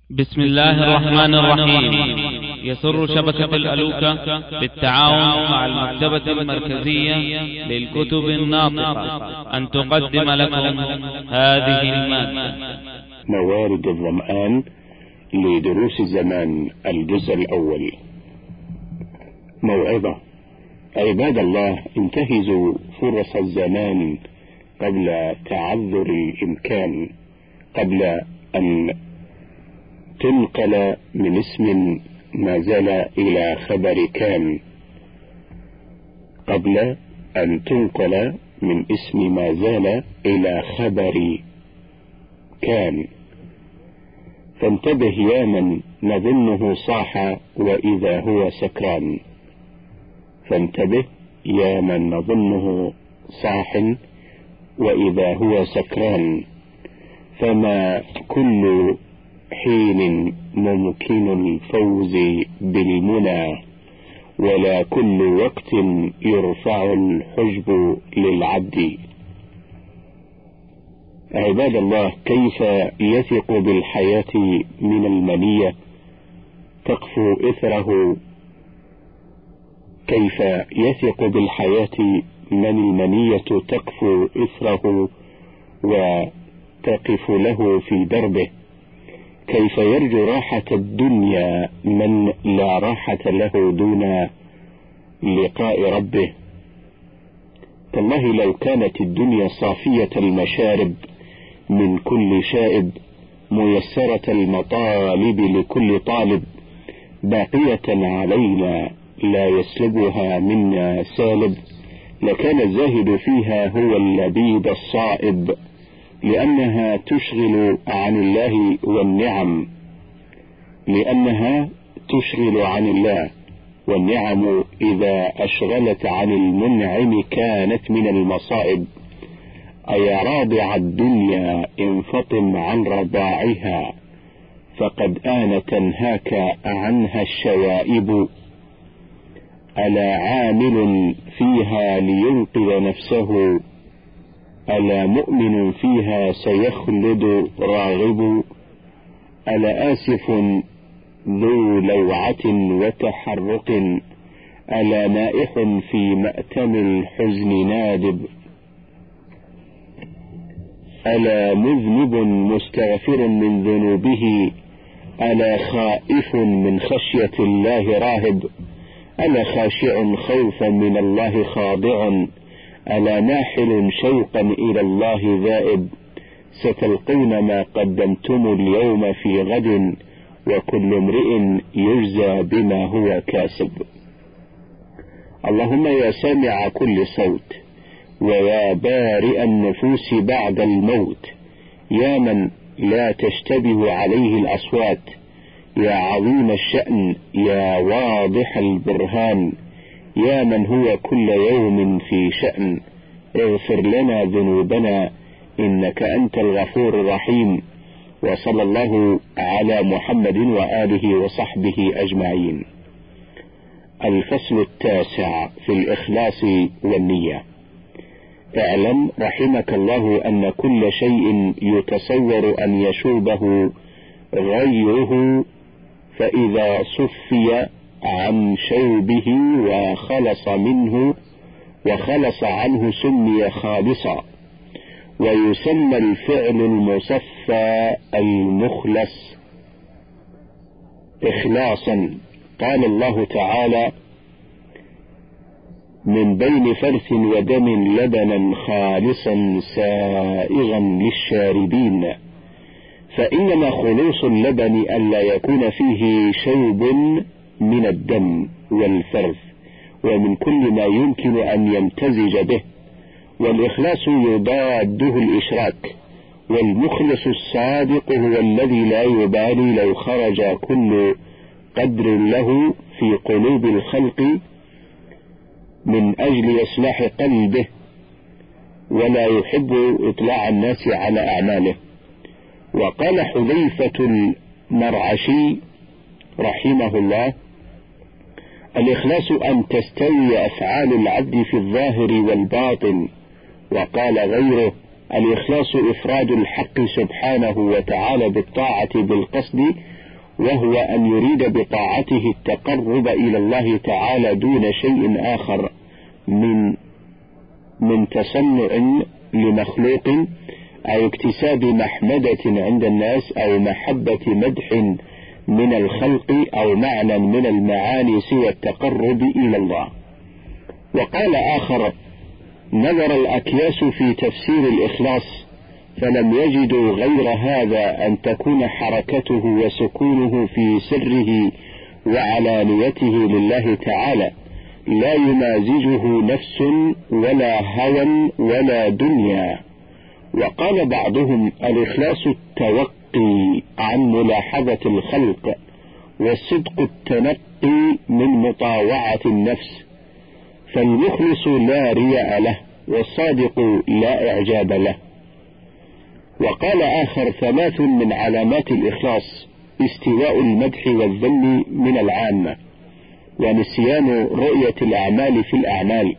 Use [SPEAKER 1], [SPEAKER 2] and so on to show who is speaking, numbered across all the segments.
[SPEAKER 1] بسم الله الرحمن الرحيم. يسر شبكة الألوكة بالتعاون مع المكتبة المركزية للكتب الناطقة أن تقدم لكم هذه المادة.
[SPEAKER 2] موارد الظمآن لدروس الزمان، الجزء الأول. موعظة. عباد الله، انتهزوا فرص الزمان قبل تعذر الإمكان، قبل أن تنقل من اسم ما زال إلى خبر كان، قبل أن تنقل من اسم ما زال إلى خبر كان. فانتبه يا من نظنه صاح وإذا هو سكران، فانتبه يا من نظنه صاح وإذا هو سكران. فما كل حين ممكن الفوز بالمنى، ولا كل وقت يرفع الحجب للعبد. عباد الله، كيف يثق بالحياة من المنية تقفو إثره؟ كيف يثق بالحياة من المنية تقفو إثره وتقف له في دربه؟ كيف يرجو راحة الدنيا من لا راحة له دون لقاء ربه؟ تالله لو كانت الدنيا صافية المشارب من كل شائب، ميسرة المطالب لكل طالب، باقية علينا لا يسلبها منا سالب، لكان الزاهد فيها هو اللبيب الصائب، لأنها تشغل عن الله والنعم، لأنها تشغل عن الله، والنعم إذا أشغلت عن المنعم كانت من المصائب. أيا رابع الدنيا انفطم عن رضاعها، فقد آن تنهاك عنها الشوائب. ألا عامل فيها لينقذ نفسه، ألا مؤمن فيها سيخلد راغب. ألا آسف ذو لوعة وتحرق، ألا نائح في مأتم الحزن نادب. ألا مذنب مستغفر من ذنوبه، ألا خائف من خشية الله راهب. ألا خاشع خوفا من الله خاضع، ألا ناحل شوقا إلى الله ذائب. ستلقون ما قدمتم اليوم في غد، وكل امرئ يجزى بما هو كاسب. اللهم يا سامع كل صوت، ويا بارئ النفوس بعد الموت، يا من لا تشتبه عليه الأصوات، يا عظيم الشأن، يا واضح البرهان، يا من هو كل يوم في شأن، اغفر لنا ذنوبنا إنك أنت الغفور الرحيم. وصلى الله على محمد وآله وصحبه أجمعين. الفصل 9 في الإخلاص والنية. اعلم رحمك الله أن كل شيء يتصور أن يشوبه غيره، فإذا صفي عن شوبه وخلص منه وخلص عنه سمي خالصا. ويسمى الفعل المصفى المخلص إخلاصا. قال الله تعالى: من بين فرث ودم لبنا خالصا سائغا للشاربين. فإنما خلوص اللبن ألا يكون فيه شوب من الدم والفرث ومن كل ما يمكن أن يمتزج به، والإخلاص يضاده الإشراك. والمخلص الصادق هو الذي لا يبالي لو خرج كل قدر له في قلوب الخلق من أجل إصلاح قلبه، ولا يحب إطلاع الناس على أعماله. وقال حذيفة المرعشي رحمه الله: الإخلاص أن تستوي أفعال العبد في الظاهر والباطن. وقال غيره: الإخلاص إفراد الحق سبحانه وتعالى بالطاعة بالقصد وهو أن يريد بطاعته التقرب إلى الله تعالى دون شيء آخر من تصنع لمخلوق أو اكتساب محمدة عند الناس أو محبة مدح من الخلق أو معنى من المعاني سوى التقرب إلى الله. وقال آخر: نظر الأكياس في تفسير الإخلاص فلم يجدوا غير هذا، أن تكون حركته وسكونه في سره وعلانيته لله تعالى، لا يمازجه نفس ولا هوى ولا دنيا. وقال بعضهم: الإخلاص التوقي عن ملاحظة الخلق، والصدق التنقي من مطاوعة النفس، فالمخلص لا رياء له، والصادق لا إعجاب له. وقال آخر: 3 من علامات الإخلاص: استواء المدح والذم من العامة، ونسيان رؤية الأعمال في الأعمال،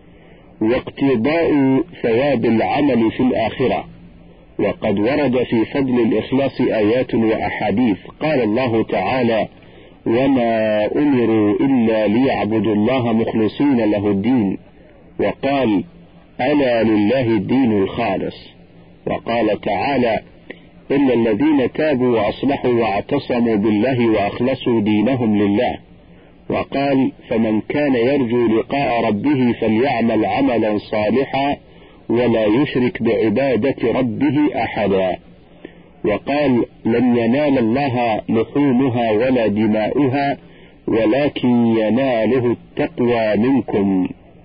[SPEAKER 2] واقتضاء ثواب العمل في الآخرة. وقد ورد في فضل الإخلاص آيات وأحاديث. قال الله تعالى: وما أمروا إلا ليعبدوا الله مخلصين له الدين. وقال: ألا لله الدين الخالص. وقال تعالى: إلا الذين تابوا وأصلحوا واعتصموا بالله وأخلصوا دينهم لله. وقال: فمن كان يرجو لقاء ربه فليعمل عملا صالحا ولا يشرك بعبادة ربه أحدا. وقال: لن ينال الله لحومها ولا دماؤها ولكن يناله التقوى منكم.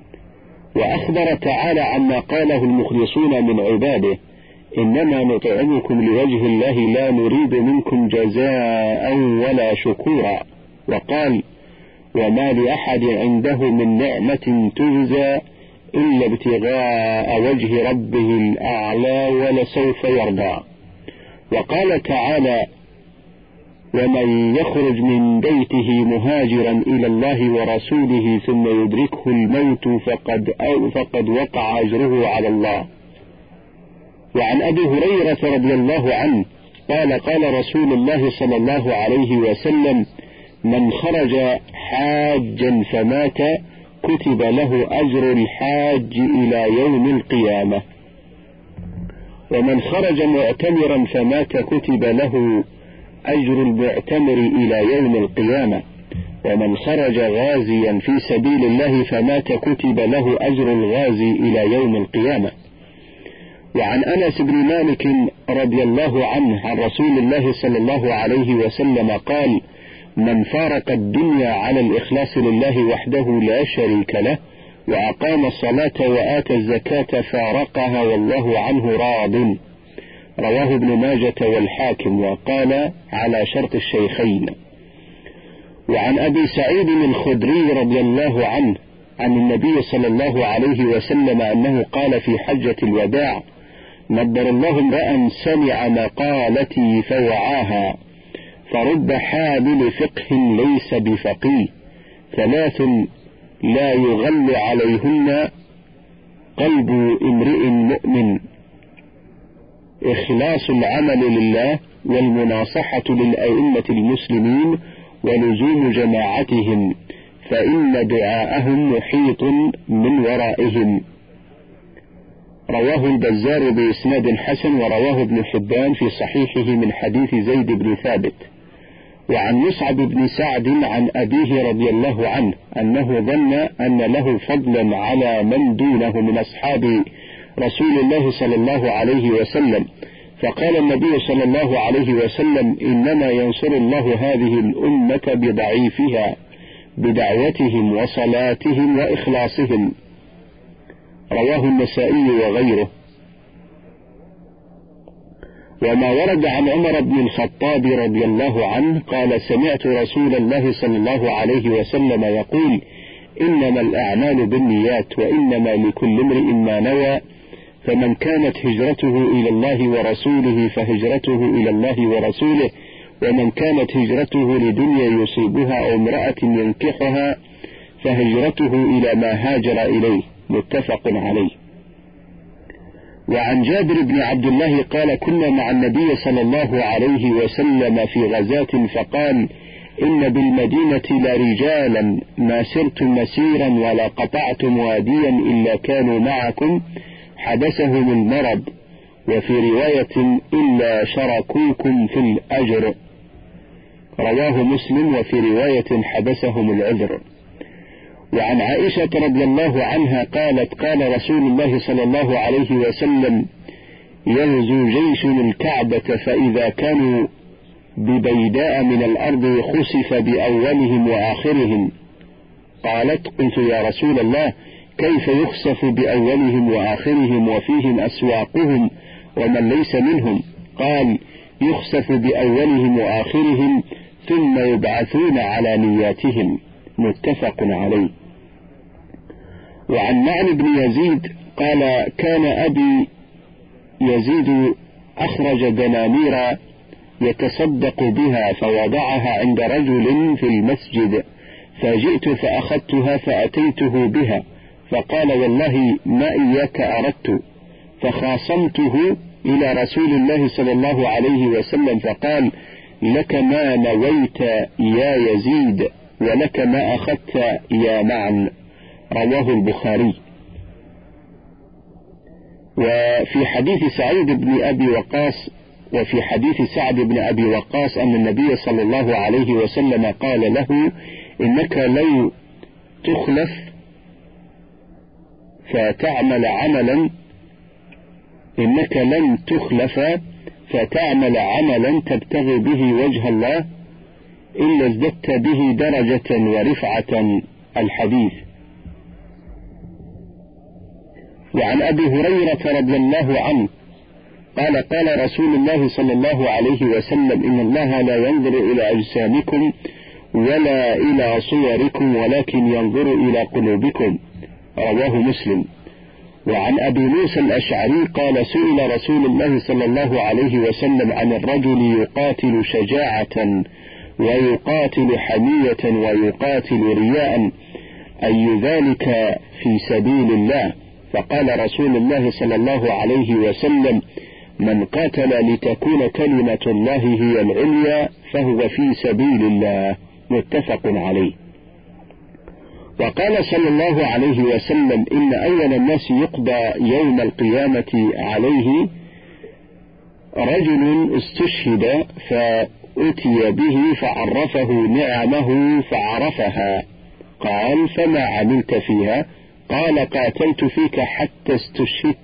[SPEAKER 2] وأخبر تعالى عما قاله المخلصون من عباده: إنما نطعمكم لوجه الله لا نريد منكم جزاء ولا شكورا. وقال: وما لأحد عنده من نعمة تجزى إلا ابتغاء وجه ربه الأعلى ولسوف يرضى. وقال تعالى: ومن يخرج من بيته مهاجرا إلى الله ورسوله ثم يدركه الموت فقد وقع أجره على الله. وعن أبي هريرة رضي الله عنه قال: قال رسول الله صلى الله عليه وسلم: من خرج حاجا فمات كتب له أجر الحاج إلى يوم القيامة، ومن خرج معتمرا فمات كتب له أجر المعتمر إلى يوم القيامة، ومن خرج غازيا في سبيل الله فمات كتب له أجر الغازي إلى يوم القيامة. وعن أنس بن مالك رضي الله عنه عن رسول الله صلى الله عليه وسلم قال: من فارق الدنيا على الإخلاص لله وحده لا شريك له وأقام الصلاة وآتى الزكاة فارقها والله عنه راض. رواه ابن ماجة والحاكم، وقال على شرط الشيخين. وعن أبي سعيد الخدري رضي الله عنه عن النبي صلى الله عليه وسلم أنه قال في حجة الوداع: نبر الله امرأ سمع مقالتي فوعاها، فرب حامل فقه ليس بفقيه، 3 لا يغل عليهن قلب امرئ مؤمن: إخلاص العمل لله، والمناصحة للأئمة المسلمين، ولزوم جماعتهم، فإن دعاءهم محيط من ورائهم. رواه البزار بإسناد حسن، ورواه ابن حبان في صحيحه من حديث زيد بن ثابت. وعن مصعب بن سعد عن أبيه رضي الله عنه أنه ظن أن له فضلا على من دونه من أصحاب رسول الله صلى الله عليه وسلم، فقال النبي صلى الله عليه وسلم: إنما ينصر الله هذه الأمة بضعيفها، بدعوتهم وصلاتهم وإخلاصهم. رواه النسائي وغيره. وما ورد عن عمر بن الخطاب رضي الله عنه قال: سمعت رسول الله صلى الله عليه وسلم يقول: إنما الأعمال بالنيات، وإنما لكل امرئ ما نوى، فمن كانت هجرته إلى الله ورسوله فهجرته إلى الله ورسوله، ومن كانت هجرته لدنيا يصيبها أو امرأة ينكحها فهجرته إلى ما هاجر إليه. متفق عليه. وعن جابر بن عبد الله قال كنا مع النبي صلى الله عليه وسلم في غزاة فقال إن بالمدينة لرجالا ما سرتم مسيرا ولا قطعتم واديا إلا كانوا معكم حبسهم المرض، وفي رواية إلا شركوكم في الأجر، رواه مسلم، وفي رواية حبسهم العذر. وعن عائشة رضي الله عنها قالت قال رسول الله صلى الله عليه وسلم يغزو جيش الكعبة فإذا كانوا ببيداء من الأرض خسف بأولهم وآخرهم. قالت قلت يا رسول الله كيف يخسف بأولهم وآخرهم وفيهم أسواقهم ومن ليس منهم؟ قال يخسف بأولهم وآخرهم ثم يبعثون على نياتهم، متفق عليه. وعن معن بن يزيد قال كان أبي يزيد أخرج دنانير يتصدق بها فوضعها عند رجل في المسجد، فجئت فأخذتها فأتيته بها فقال والله ما إياك أردت، فخاصمته إلى رسول الله صلى الله عليه وسلم فقال لك ما نويت يا يزيد ولك ما أخذت يا معن، رواه البخاري. وفي حديث سعيد بن أبي وقاص وفي حديث سعد بن أبي وقاص أن النبي صلى الله عليه وسلم قال له إنك لو تخلف فتعمل عملا إنك لن تخلف فتعمل عملا تبتغي به وجه الله إلا ازددت به درجة ورفعة، الحديث. وعن أبي هريرة رضي الله عنه قال قال رسول الله صلى الله عليه وسلم إن الله لا ينظر إلى أجسامكم ولا إلى صوركم ولكن ينظر إلى قلوبكم، رواه مسلم. وعن أبي موسى الأشعري قال سئل رسول الله صلى الله عليه وسلم عن الرجل يقاتل شجاعة ويقاتل حمية ويقاتل رياء أي ذلك في سبيل الله؟ فقال رسول الله صلى الله عليه وسلم من قاتل لتكون كلمة الله هي العليا فهو في سبيل الله، متفق عليه. وقال صلى الله عليه وسلم إن أول الناس يقضى يوم القيامة عليه رجل استشهد فأتي به فعرفه نعمه فعرفها، قال فما عملت فيها؟ قال قاتلت فيك حتى استشهدت.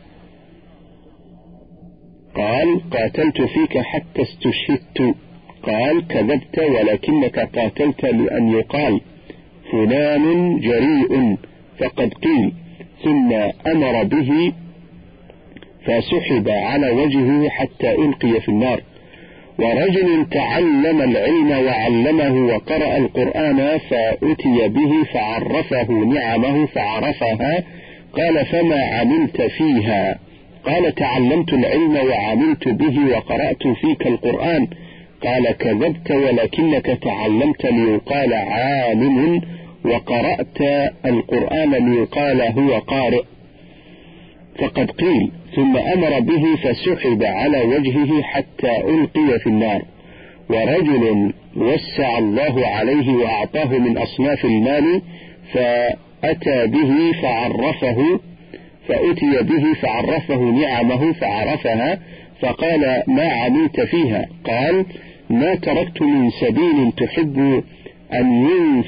[SPEAKER 2] قال قاتلت فيك حتى استشهدت. قال كذبت ولكنك قاتلت لأن يقال فلان جريء فقد قيل، ثم أمر به فسحب على وجهه حتى ألقي في النار. ورجل تعلم العلم وعلمه وقرأ القرآن فأتي به فعرفه نعمه فعرفها، قال فما عملت فيها؟ قال تعلمت العلم وعملت به وقرأت فيك القرآن. قال كذبت ولكنك تعلمت ليقال عالم وقرأت القرآن ليقال هو قارئ، فقد قيل. ثم أمر به فسحب على وجهه حتى ألقي في النار. ورجل وسع الله عليه وأعطاه من أصناف المال فأتي به فعرفه نعمه فعرفها، فقال ما عملت فيها؟ قال ما تركت من سبيل تحب أن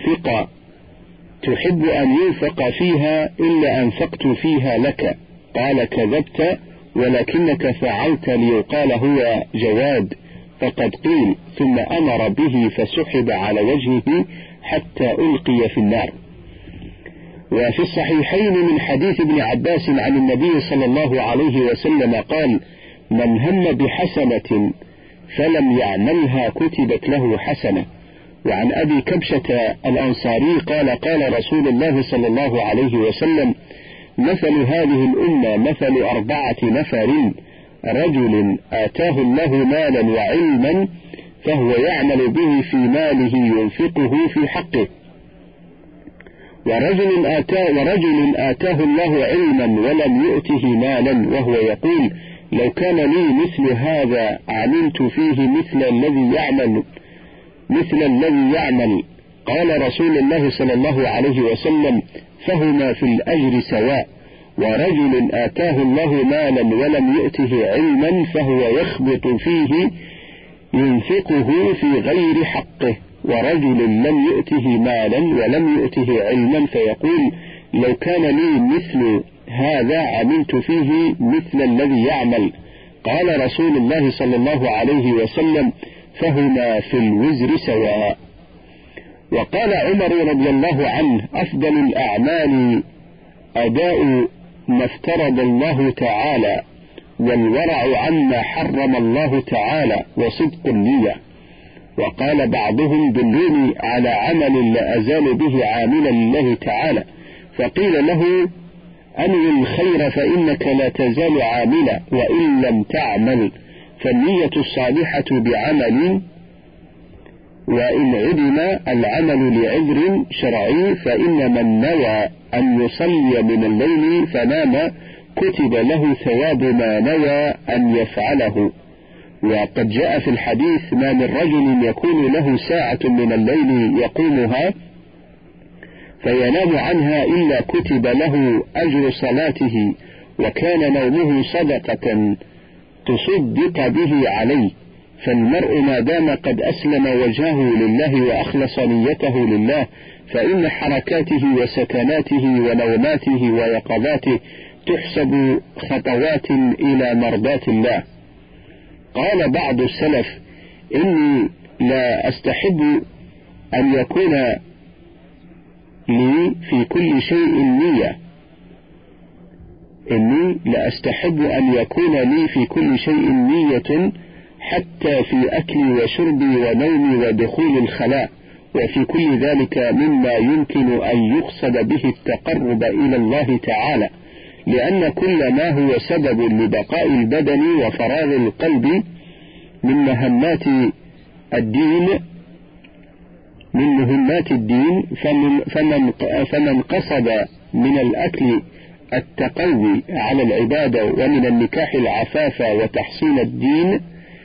[SPEAKER 2] ينفق فيها إلا أنفقت فيها لك. قال كذبت ولكنك فعلت ليقال هو جواد، فقد قيل. ثم أمر به فسحب على وجهه حتى ألقي في النار. وفي الصحيحين من حديث ابن عباس عن النبي صلى الله عليه وسلم قال من هم بحسنة فلم يعملها كتبت له حسنة. وعن أبي كبشة الأنصاري قال قال رسول الله صلى الله عليه وسلم مثل هذه الأمة مثل 4 نفر رجل آتاه الله مالا وعلما فهو يعمل به في ماله ينفقه في حقه، ورجل آتاه الله علما ولم يؤته مالا وهو يقول لو كان لي مثل هذا عملت فيه مثل الذي يعمل. قال رسول الله صلى الله عليه وسلم فهما في الأجر سواء. ورجل آتاه الله مالا ولم يؤته علما فهو يخبط فيه ينفقه في غير حقه. ورجل لم يؤته مالا ولم يؤته علما فيقول لو كان لي مثل هذا عملت فيه مثل الذي يعمل. قال رسول الله صلى الله عليه وسلم فهما في الوزر سواء. وقال عمر رضي الله عنه أفضل الأعمال أداء ما افترض الله تعالى والورع عما حرم الله تعالى وصدق النية. وقال بعضهم دلوني على عمل لا أزال به عاملا لله تعالى، فقيل له أنوي الخير فإنك لا تزال عاملا وإن لم تعمل، فالنية الصالحة بعمل، وإن عدم العمل لعذر شرعي فإن من نوى أن يصلي من الليل فنام كتب له ثواب ما نوى أن يفعله. وقد جاء في الحديث ما من رجل يكون له ساعة من الليل يقومها فينام عنها إلا كتب له أجر صلاته وكان نومه صدقة تصدق به عليه. فالمرء ما دام قد أسلم وجهه لله وأخلص نيته لله فإن حركاته وسكناته ونوماته ويقظاته تحسب خطوات إلى مرضاة الله. قال بعض السلف إني لا أستحب أن يكون لي في كل شيء نية، إني لا أستحب أن يكون لي في كل شيء نية حتى في أكلي وشربي ونومي ودخول الخلاء، وفي كل ذلك مما يمكن أن يقصد به التقرب إلى الله تعالى، لأن كل ما هو سبب لبقاء البدن وفراغ القلب من مهمات الدين فمن قصد من الأكل التقوي على العبادة ومن النكاح العفاف وتحصين الدين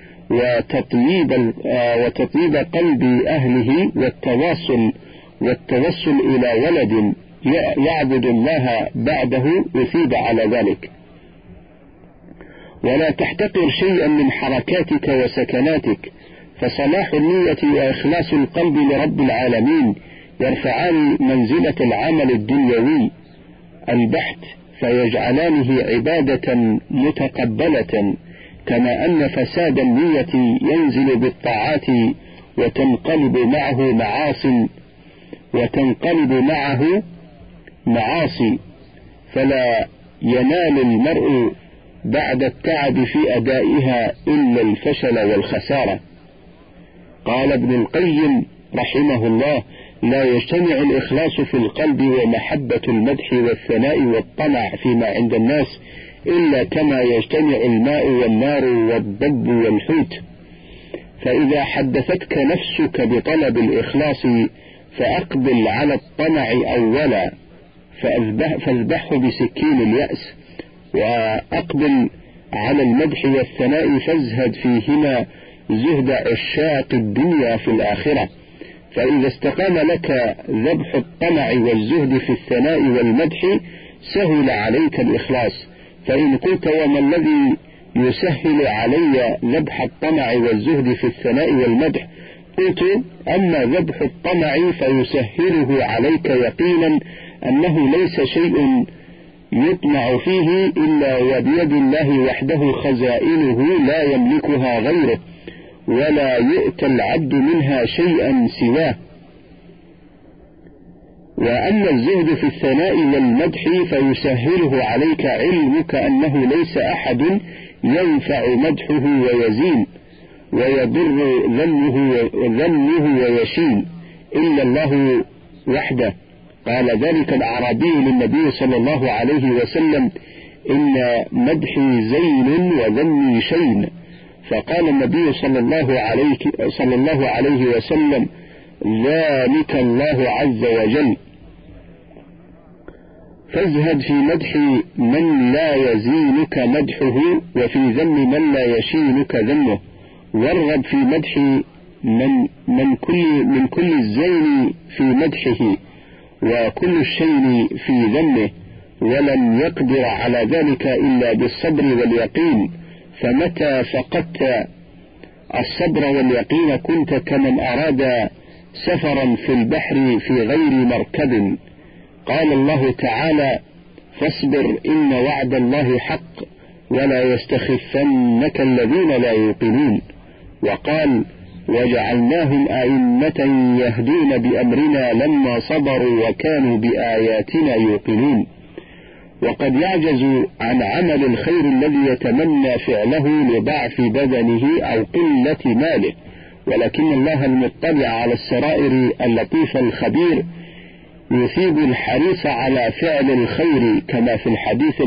[SPEAKER 2] وتطيب قلب أهله والتوصل إلى ولد يعبد الله بعده يثيب على ذلك. ولا تحتقر شيئا من حركاتك وسكناتك، فصلاح النية وإخلاص القلب لرب العالمين يرفعان منزلة العمل الدنيوي البحت فيجعلانه عبادة متقبلة، كما أن فساد النية ينزل بالطاعات وتنقلب معه معاصي فلا ينال المرء بعد التعب في أدائها إلا الفشل والخسارة. قال ابن القيم رحمه الله لا يجتمع الإخلاص في القلب ومحبة المدح والثناء والطمع فيما عند الناس إلا كما يجتمع الماء والنار والضب والحوت. فإذا حدثتك نفسك بطلب الإخلاص فأقبل على الطمع أولا فاذبحه بسكين اليأس، وأقبل على المدح والثناء فازهد فيهما زهد عشاق الدنيا في الآخرة. فإذا استقام لك ذبح الطمع والزهد في الثناء والمدح سهل عليك الإخلاص. فإن قلت وما الذي يسهل علي ذبح الطمع والزهد في الثناء والمدح؟ قلت أما ذبح الطمع فيسهله عليك يقينا أنه ليس شيء يطمع فيه إلا وبيد الله وحده خزائنه لا يملكها غيره ولا يؤتى العبد منها شيئا سواه. وأما الزهد في الثناء والمدح فيسهله عليك علمك أنه ليس أحد ينفع مدحه ويزين ويضر ذمه ويشين إلا الله وحده. قال ذلك الأعرابي للنبي صلى الله عليه وسلم إن مدحي زين وذمي شين. فقال النبي صلى الله عليه وسلم ذلك الله عز وجل. فازهد في مدح من لا يزينك مدحه وفي ذم من لا يشينك ذمه، وارغب في مدح من كل الزين في مدحه وكل الشين في ذمه، ولن يقدر على ذلك إلا بالصبر واليقين، فمتى فقدت الصبر واليقين كنت كمن أراد سفرا في البحر في غير مركب. قال الله تعالى: فاصبر إن وعد الله حق ولا يستخفنك الذين لا يوقنون. وقال: وجعلناهم أئمة يهدون بأمرنا لما صبروا وكانوا بآياتنا يوقنون. وقد يعجز عن عمل الخير الذي يتمنى فعله لضعف بدنه أو قلة ماله، ولكن الله المطلع على السرائر اللطيف الخبير يثيب الحريص على فعل الخير، كما في الحديث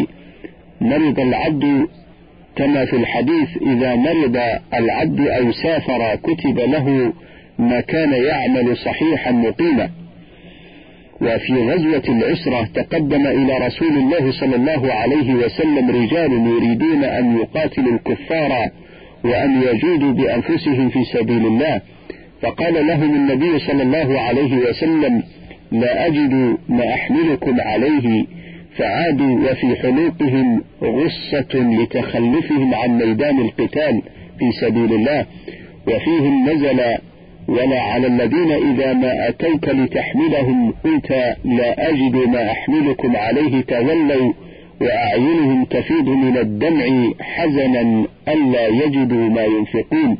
[SPEAKER 2] إذا مرض العبد أو سافر كتب له ما كان يعمل صحيحا مقيما. وفي غزوة العسرة تقدم إلى رسول الله صلى الله عليه وسلم رجال يريدون أن يقاتلوا الكفار وأن يجودوا بأنفسهم في سبيل الله، فقال لهم النبي صلى الله عليه وسلم: لا أجد ما أحملكم عليه، فعادوا وفي حلوقهم غصة لتخلفهم عن ميدان القتال في سبيل الله، وفيهم نزل: ولا على الذين إذا ما أتوك لتحملهم قلت لا أجد ما أحملكم عليه تولوا وأعينهم تفيض من الدمع حزنا ألا يجدوا ما ينفقون.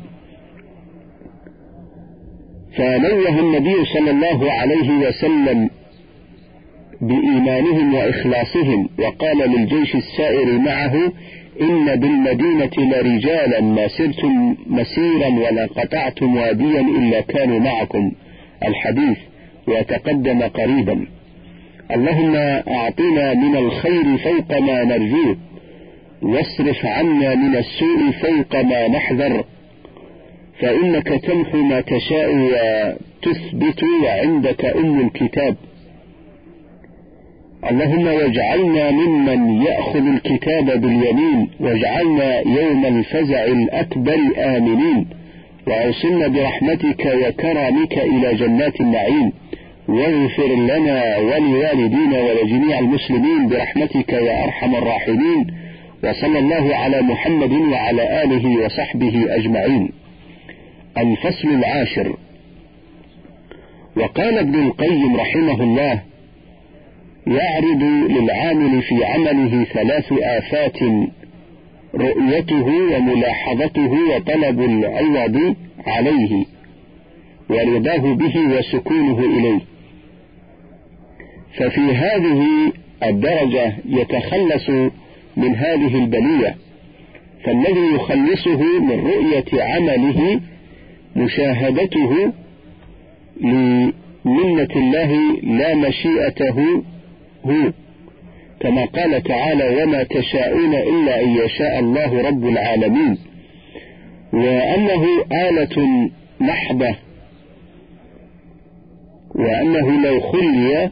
[SPEAKER 2] فنوه النبي صلى الله عليه وسلم بإيمانهم وإخلاصهم، وقال للجيش السائر معه: إن بالمدينة لرجالا ما سرتم مسيرا ولا قطعتم واديا إلا كانوا معكم. الحديث وتقدم قريبا. اللهم أعطنا من الخير فوق ما نرجوه، واصرف عنا من السوء فوق ما نحذر، فإنك تمحو ما تشاء وتثبت وعندك الكتاب. اللهم واجعلنا ممن يأخذ الكتاب باليمين، واجعلنا يوم الفزع الأكبر آمنين، وأوصلنا برحمتك وكرمك إلى جنات النعيم، واغفر لنا ولوالدينا ولجميع المسلمين برحمتك يا أرحم الراحمين. وصلى الله على محمد وعلى آله وصحبه أجمعين. الفصل 10. وقال ابن القيم رحمه الله: يعرض للعامل في عمله 3 آفات: رؤيته وملاحظته وطلب العوض عليه ورضاه به وسكونه إليه. ففي هذه الدرجة يتخلص من هذه البلية، فالذي يخلصه من رؤية عمله مشاهدته لمنة الله لا مشيئته هو، كما قال تعالى: وما تشاءون إلا أن يشاء الله رب العالمين، وأنه آلة محضة، وأنه لو خلي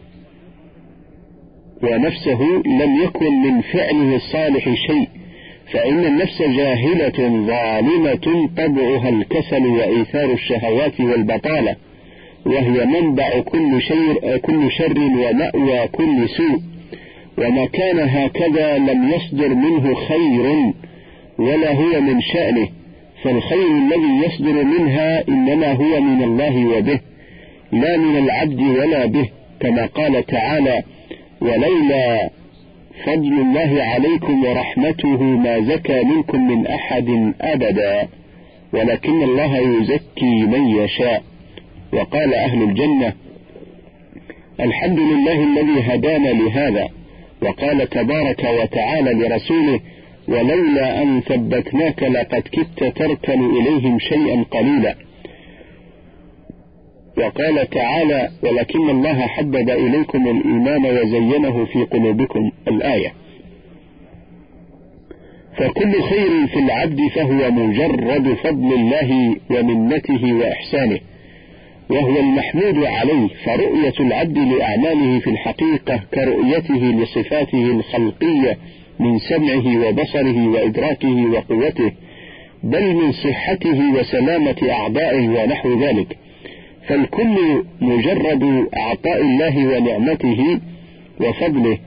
[SPEAKER 2] ونفسه لم يكن من فعله الصالح شيء، فإن النفس جاهلة ظالمة طبعها الكسل وإيثار الشهوات والبطالة، وهي منبع كل شر ومأوى كل سوء، وما كان هكذا لم يصدر منه خير ولا هو من شأنه، فالخير الذي يصدر منها إنما هو من الله وبه، لا من العبد ولا به، كما قال تعالى: ولولا فضل الله عليكم ورحمته ما زكى منكم من أحد أبدا ولكن الله يزكي من يشاء. وقال أهل الجنة: الحمد لله الذي هدانا لهذا. وقال تبارك وتعالى لرسوله: ولولا أن ثبتناك لقد كدت تركن إليهم شيئا قليلا. وقال تعالى: ولكن الله حبب إليكم الإيمان وزينه في قلوبكم. الآية. فكل خير في العبد فهو مجرد فضل الله ومنته وإحسانه، وهو المحمود عليه، فرؤية العبد لأعماله في الحقيقة كرؤيته لصفاته الخلقية من سمعه وبصره وإدراكه وقوته، بل من صحته وسلامة أعضائه ونحو ذلك، فالكل مجرد عطاء الله ونعمته وفضله.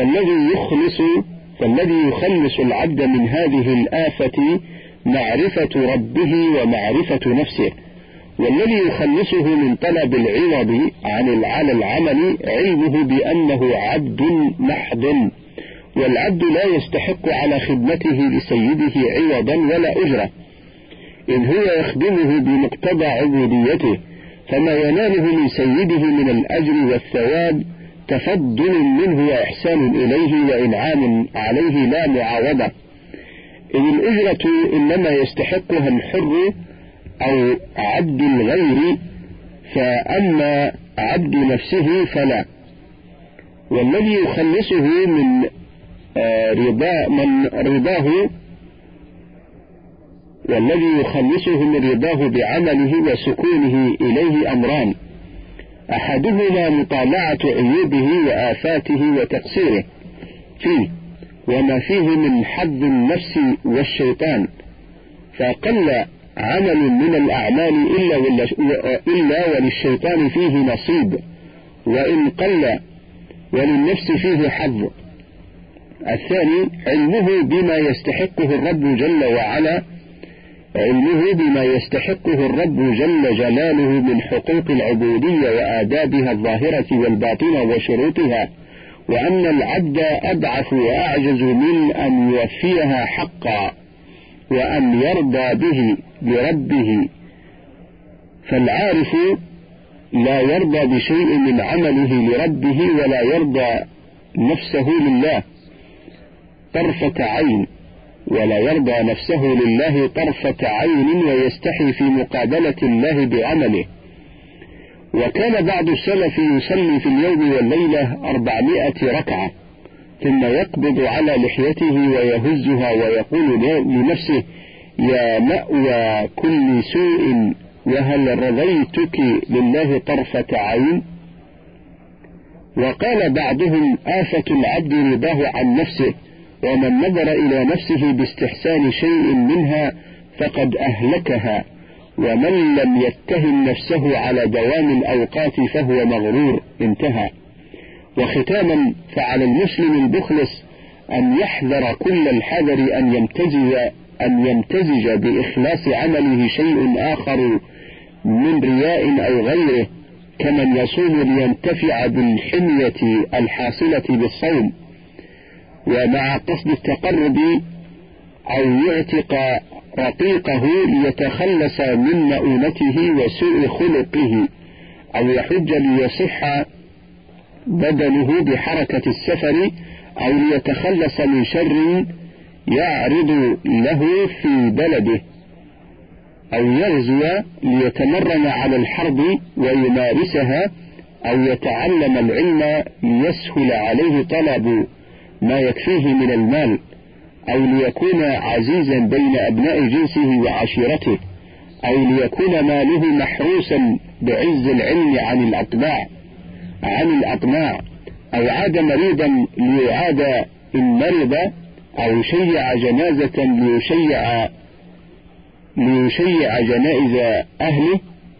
[SPEAKER 2] فالذي يخلص العبد من هذه الآفة معرفة ربه ومعرفة نفسه، والذي يخلصه من طلب العوض على العمل علمه بأنه عبد محض، والعبد لا يستحق على خدمته لسيده عوضا ولا أجرة، إذ هو يخدمه بمقتضى عبوديته، فما يناله من سيده من الأجر والثواب تفضل منه وإحسان إليه وإنعام عليه لا معاوضة، إذ الأجرة إنما يستحقها الحر أو عبد الغير، فأما عبد نفسه فلا. والذي يخلصه من رضاه بعمله وسكونه إليه أمران: أحدهما مطالعة عيوبه وآفاته وتقصيره فيه وما فيه من حظ النفس والشيطان، فقل عمل من الأعمال إلا وللشيطان فيه نصيب، وإن قل وللنفس فيه حظ. الثاني علمه بما يستحقه الرب جل جلاله من حقوق العبودية وآدابها الظاهرة والباطنة وشروطها، وأن العبد أضعف وأعجز من أن يوفيها حقا وأن يرضى به بربه، فالعارف لا يرضى بشيء من عمله لربه ولا يرضى نفسه لله طرفة عين ويستحي في مقابلة الله بعمله. وكان بعض السلف يصلي في اليوم والليلة 400 ركعة، ثم يقبض على لحيته ويهزها ويقول لنفسه: يا مأوى كل سوء، وهل رضيتك لله طرفة عين؟ وقال بعضهم: آفة العبد رضاه عن نفسه، ومن نظر إلى نفسه باستحسان شيء منها فقد أهلكها، ومن لم يتهم نفسه على دوام الأوقات فهو مغرور. انتهى. وختاما، فعلى المسلم المخلص أن يحذر كل الحذر أن يمتزج بإخلاص عمله شيء آخر من رياء أو غيره، كمن يصوم لينتفع بالحمية الحاصلة بالصوم، ومع قصد التقرب، أو يعتق رقيقه ليتخلص من مؤونته وسوء خلقه، أو يحج ليصح بدنه بحركة السفر، أو ليتخلص من شر يعرض له في بلده، أو يغزو ليتمرن على الحرب ويمارسها، أو يتعلم العلم ليسهل عليه طلب ما يكفيه من المال، أو ليكون عزيزا بين أبناء جنسه وعشيرته، أو ليكون ماله محروسا بعز العلم عن الأطماع، أو عاد مريضا ليعاد إن مرض، أو شيع جنازة ليشيع جنائز أهله،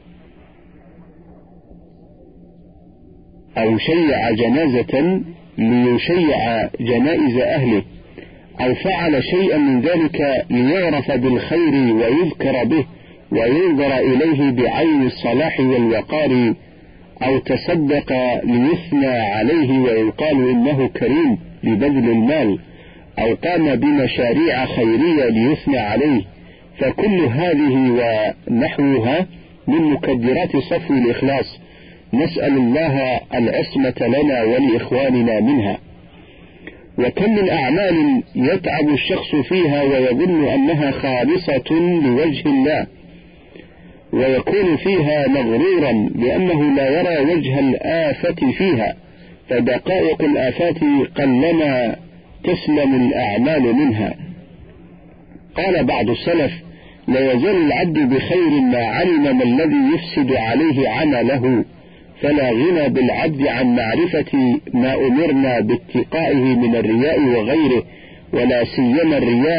[SPEAKER 2] أو فعل شيئا من ذلك ليعرف بالخير ويذكر به وينظر إليه بعين الصلاح والوقار، أو تصدق ليثنى عليه ويقال إنه كريم ببذل المال، أو قام بمشاريع خيرية ليثنى عليه، فكل هذه ونحوها من مكدرات صفو الإخلاص، نسأل الله العصمة لنا ولإخواننا منها. وكم من أعمال يتعب الشخص فيها ويظن أنها خالصة لوجه الله، ويكون فيها مغرورا لأنه لا يرى وجه الآفة فيها، فدقائق الآفات قلما تسلم الأعمال منها. قال بعض السلف: لا يزال العبد بخير ما علم ما الذي يفسد عليه عمله، فلا غنى بالعبد عن معرفة ما أمرنا باتقائه من الرياء وغيره، ولا سيما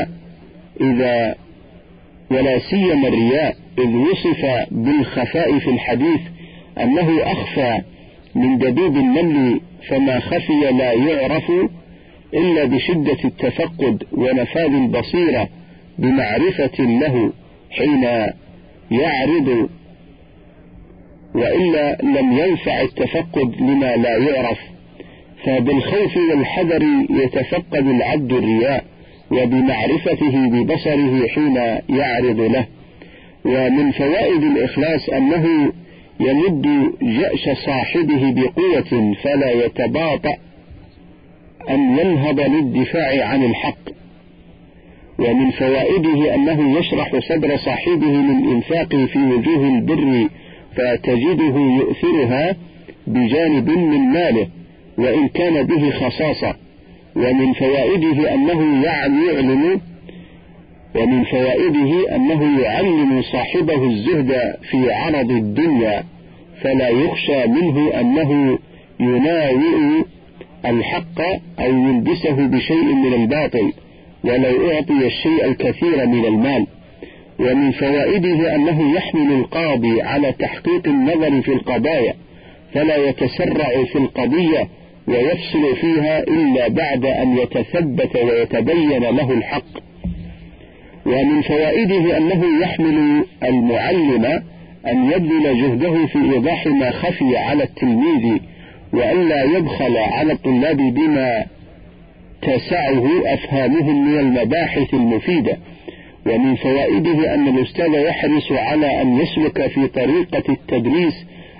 [SPEAKER 2] الرياء إذ وصف بالخفاء في الحديث أنه أخفى من دبيب النمل، فما خفي لا يعرف إلا بشدة التفقد ونفاذ البصيرة بمعرفة له حين يعرض، وإلا لم ينفع التفقد لما لا يعرف. فبالخوف والحذر يتفقد العبد الرياء، وبمعرفته ببصره حين يعرض له. ومن فوائد الإخلاص أنه يمد جأش صاحبه بقوة فلا يتباطأ أن ينهض للدفاع عن الحق. ومن فوائده أنه يشرح صدر صاحبه للإنفاق في وجوه البر، فتجده يؤثرها بجانب من ماله وإن كان به خصاصة. ومن فوائده أنه يعلم صاحبه الزهد في عرض الدنيا، فلا يخشى منه أنه يناوئ الحق أو يلبسه بشيء من الباطل ولو أعطي الشيء الكثير من المال. ومن فوائده أنه يحمل القاضي على تحقيق النظر في القضايا، فلا يتسرع في القضية ويفصل فيها إلا بعد أن يتثبت ويتبين له الحق. ومن فوائده أنه يحمل المعلم أن يبذل جهده في إيضاح ما خفي على التلميذ، وألا يبخل على الطلاب بما تسعه أفهامهم من المباحث المفيدة. ومن فوائده أن الأستاذ يحرص على أن يسلك في طريقة التدريس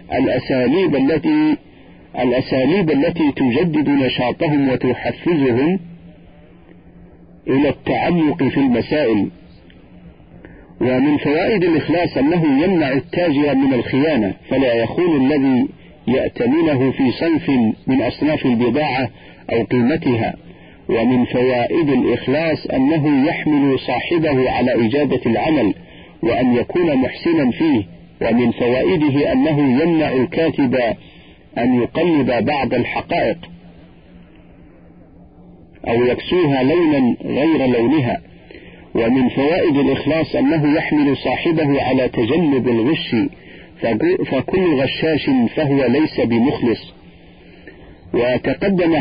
[SPEAKER 2] الأساليب التي تجدد نشاطهم وتحفزهم إلى التعمق في المسائل. ومن فوائد الإخلاص أنه يمنع التاجر من الخيانة، فلا يخون الذي يأتمنه في صنف من أصناف البضاعة أو قيمتها. ومن فوائد الإخلاص أنه يحمل صاحبه على إجادة العمل وأن يكون محسنا فيه. ومن فوائده أنه يمنع الكاتب أن يقلب بعض الحقائق أو يكسوها لونا غير لونها. ومن فوائد الإخلاص أنه يحمل صاحبه على تجنب الغش، فكل غشاش فهو ليس بمخلص. وتقدم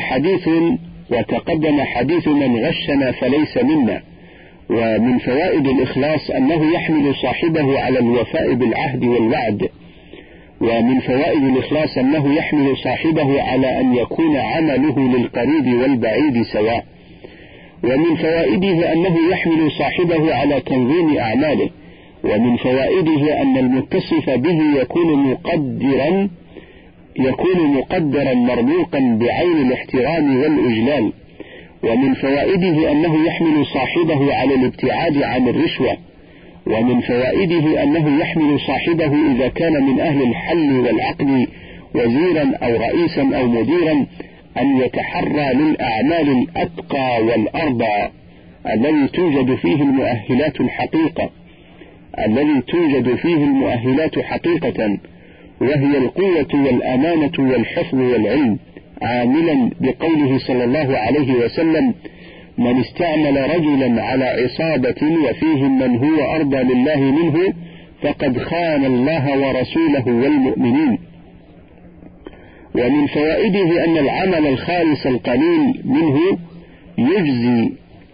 [SPEAKER 2] حديث من غشنا فليس منا. ومن فوائد الإخلاص أنه يحمل صاحبه على الوفاء بالعهد والوعد. ومن فوائد الإخلاص أنه يحمل صاحبه على أن يكون عمله للقريب والبعيد سواء. ومن فوائده أنه يحمل صاحبه على تنظيم أعماله. ومن فوائده أن المتصف به يكون مقدرا مرموقا بعين الاحترام والإجلال. ومن فوائده أنه يحمل صاحبه على الابتعاد عن الرشوة. ومن فوائده أنه يحمل صاحبه إذا كان من أهل الحل والعقد وزيرا أو رئيسا أو مديرا أن يتحرى للأعمال الأتقى والأرضى الذي توجد فيه المؤهلات حقيقة، وهي القوة والأمانة والحفظ والعلم، عاملا بقوله صلى الله عليه وسلم: من استعمل رجلا على عصابة وفيهم من هو أرضى لله منه فقد خان الله ورسوله والمؤمنين. ومن فوائده أن العمل الخالص القليل منه يجزي،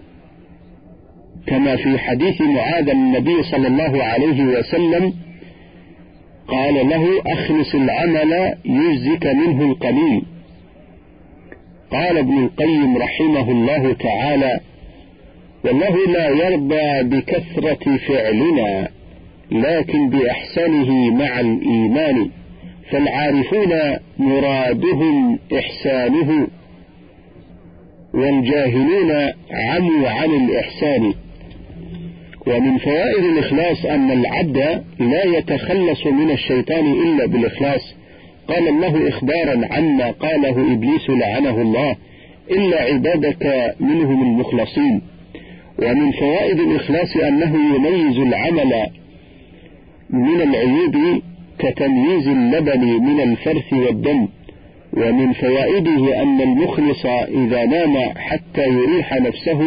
[SPEAKER 2] كما في حديث معاذ النبي صلى الله عليه وسلم قال له: أخلص العمل يجزك منه القليل. قال ابن القيم رحمه الله تعالى: والله لا يرضى بكثرة فعلنا لكن بإحسانه مع الإيمان، فالعارفون مرادهم إحسانه والجاهلون عموا عن الإحسان. ومن فوائد الإخلاص أن العبد لا يتخلص من الشيطان إلا بالإخلاص. قال الله إخبارا عما قاله إبليس لعنه الله: إلا عبادك منهم المخلصين. ومن فوائد الإخلاص أنه يميز العمل من العيوب كتمييز اللبن من الفرث والدم. ومن فوائده أن المخلص إذا نام حتى يريح نفسه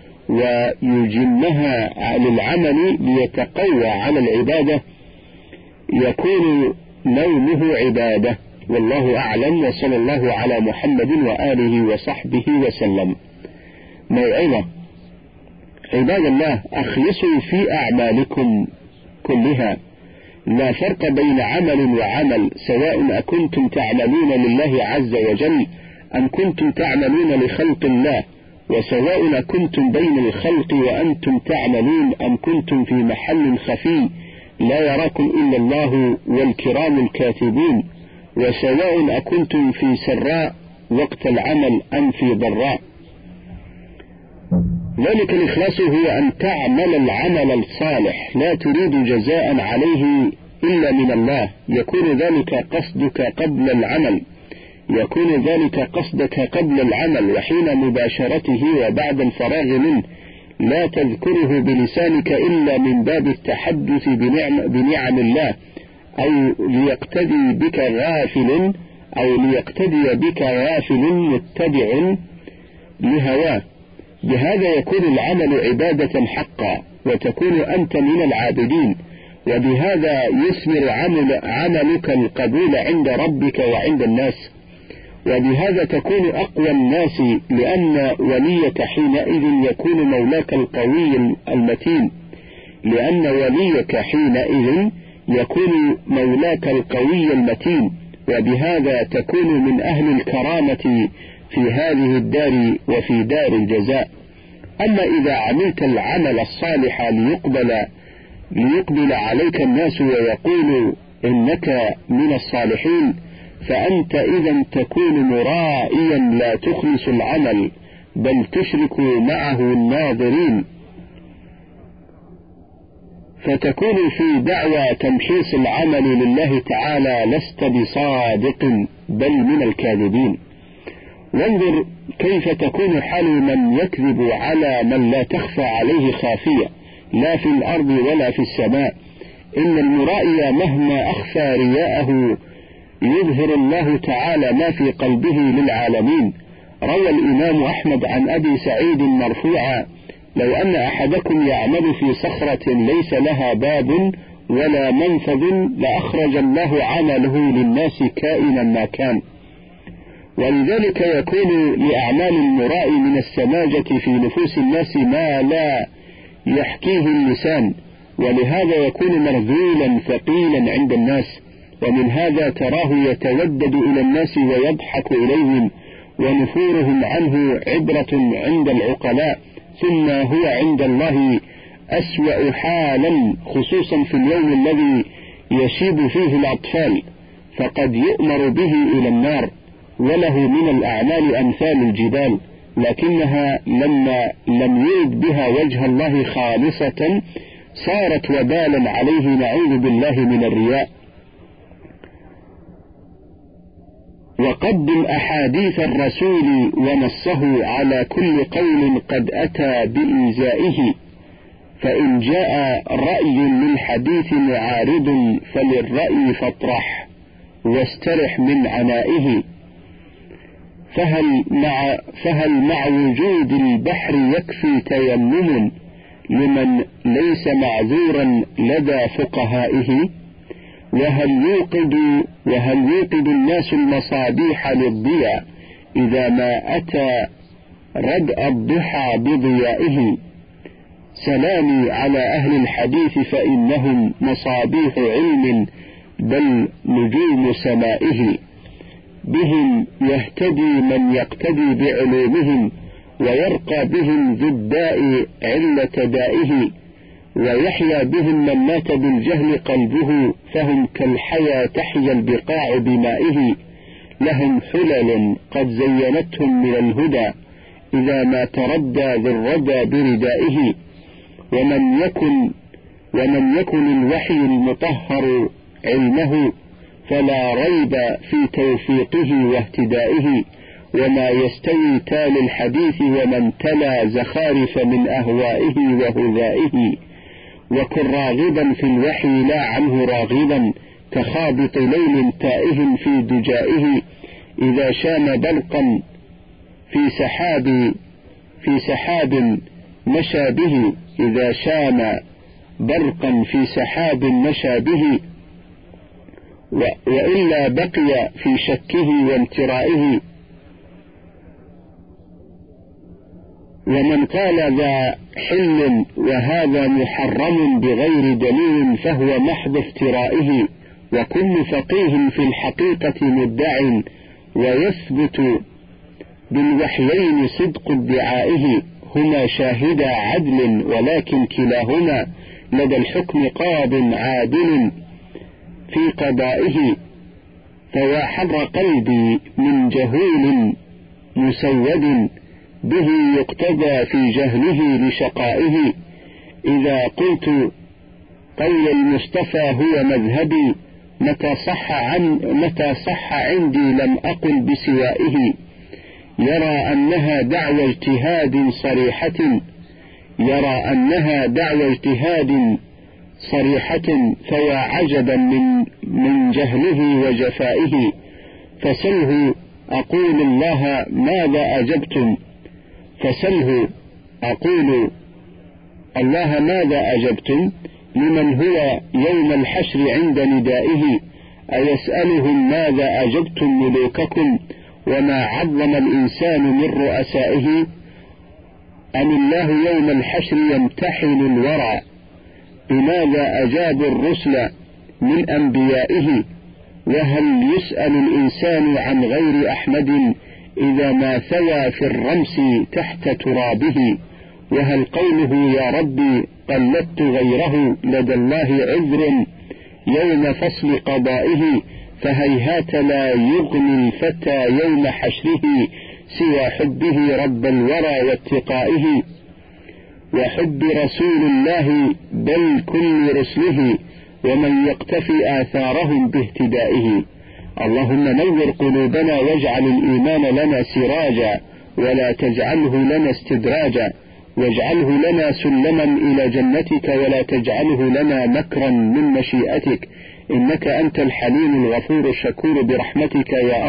[SPEAKER 2] ويجنها للعمل ليتقوى على العبادة يكون نومه عبادة. والله أعلم، وصلى الله على محمد وآله وصحبه وسلم. موعظة. عباد الله، أخلصوا في أعمالكم كلها، لا فرق بين عمل وعمل، سواء أكنتم تعملون لله عز وجل أم كنتم تعملون لخلق الله، وسواء أكنتم بين الخلق وأنتم تعملون أم كنتم في محل خفي لا يراكم إلا الله والكرام الكاتبون، وسواء أكنتم في سراء وقت العمل أم في ضراء. ذلك الإخلاص هو أن تعمل العمل الصالح لا تريد جزاء عليه إلا من الله، يكون ذلك قصدك قبل العمل، يكون ذلك قصدك قبل العمل وحين مباشرته وبعد الفراغ منه، لا تذكره بلسانك إلا من باب التحدث بنعم الله، أو ليقتدي بك غافل متبع لهواه. بهذا يكون العمل عبادة حقا، وتكون أنت من العابدين، وبهذا يثمر عملك القبول عند ربك وعند الناس، وبهذا تكون أقوى الناس، لأن وليك حينئذ يكون مولاك القوي المتين، وبهذا تكون من أهل الكرامة في هذه الدار وفي دار الجزاء. أما إذا عملت العمل الصالح ليقبل عليك الناس ويقولوا إنك من الصالحين، فأنت إذا تكون مرائيا لا تخلص العمل، بل تشرك معه الناظرين، فتكون في دعوى تمحيص العمل لله تعالى لست بصادق بل من الكاذبين. وانظر كيف تكون حال من يكذب على من لا تخفى عليه خافية، لا في الأرض ولا في السماء. إن المرائي مهما أخفى رياءه يظهر الله تعالى ما في قلبه للعالمين. روى الإمام أحمد عن أبي سعيد مرفوعا: لو أن أحدكم يعمل في صخرة ليس لها باب ولا منفذ لأخرج الله عمله للناس كائنا ما كان. ولذلك يكون لأعمال المرائي من السماجة في نفوس الناس ما لا يحكيه اللسان، ولهذا يكون مرذولا ثقيلا عند الناس. ومن هذا تراه يتودد إلى الناس ويضحك إليهم، ونفورهم عنه عبرة عند العقلاء، ثم هو عند الله أسوأ حالا، خصوصا في اليوم الذي يشيب فيه الأطفال، فقد يؤمر به إلى النار. وله من الأعمال أمثال الجبال، لكنها لما لم يرد بها وجه الله خالصة صارت وبالا عليه، نعوذ بالله من الرياء. وقدم أحاديث الرسول ونصه على كل قول قد أتى بإنزائه، فإن جاء رأي للحديث معارض فللرأي فاطرح واسترح من عنائه. فهل مع وجود البحر يكفي تيمم لمن ليس معذورا لدى فقهائه؟ وهل يوقد الناس المصابيح للضياء إذا ما أتى ردء الضحى بضيائه؟ سلامي على أهل الحديث فإنهم مصابيح علم بل نجوم سمائه، بهم يهتدي من يقتدي بعلومهم، ويرقى بهم ذو الداء علة دائه، ويحيا بهم من مات بالجهل قلبه، فهم كالحيا تحيا البقاع بمائه. لهم حلل قد زينتهم من الهدى إذا ما تردى ذو الردى بردائه، ومن يكن الوحي المطهر علمه فلا ريب في توفيقه واهتدائه، وما يستوي تال الحديث ومن تلا زخارف من أهوائه وهذائه، وكن راغبا في الوحي لا عنه راغبا، كخابط ليل تائه في دجائه، إذا شام برقا في سحاب مشى به، إذا شام برقا في سحاب مشى به، وإلا بقي في شكه وامترائه. ومن قال ذا حل وهذا محرم بغير دليل فهو محض افترائه، وكل فقيه في الحقيقة مدع، ويثبت بالوحيين صدق ادعائه، هما شاهدا عدل ولكن كلاهما لدى الحكم قاض عادل في قضائه، فيا حر قلبي من جهول مسود به يقتدى في جهله لشقائه، إذا قلت قول المصطفى هو مذهبي، متى صح عندي لم أقل بسوائه، يرى أنها دعوى اجتهاد صريحة، فيا عجبا من جهله وجفائه، فسله أقول الله ماذا أجبتم لمن هو يوم الحشر عند ندائه، أيسألهم ماذا أجبتم ملوككم وما عظم الإنسان من رؤسائه، أم الله يوم الحشر يمتحن الورى بماذا أجاب الرسل من أنبيائه، وهل يسأل الإنسان عن غير أحمد إذا ما ثوى في الرمس تحت ترابه، وهل قوله يا ربي قلدت غيره لدى الله عذر يوم فصل قضائه، فهيهات لا يغني الفتى يوم حشره سوى حبه رب الورى واتقائه، وحب رسول الله بل كل رسله، ومن يقتفي آثارهم باهتدائه. اللهم نور قلوبنا واجعل الإيمان لنا سراجا ولا تجعله لنا استدراجا، واجعله لنا سلما إلى جنتك ولا تجعله لنا مكرا من مشيئتك، إنك أنت الحليم الغفور الشكور، برحمتك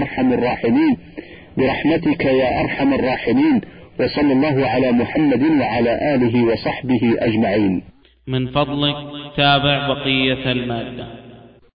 [SPEAKER 2] يا أرحم الراحمين. وصلى الله على محمد وعلى آله وصحبه أجمعين.
[SPEAKER 1] من فضلك تابع بقية المادة.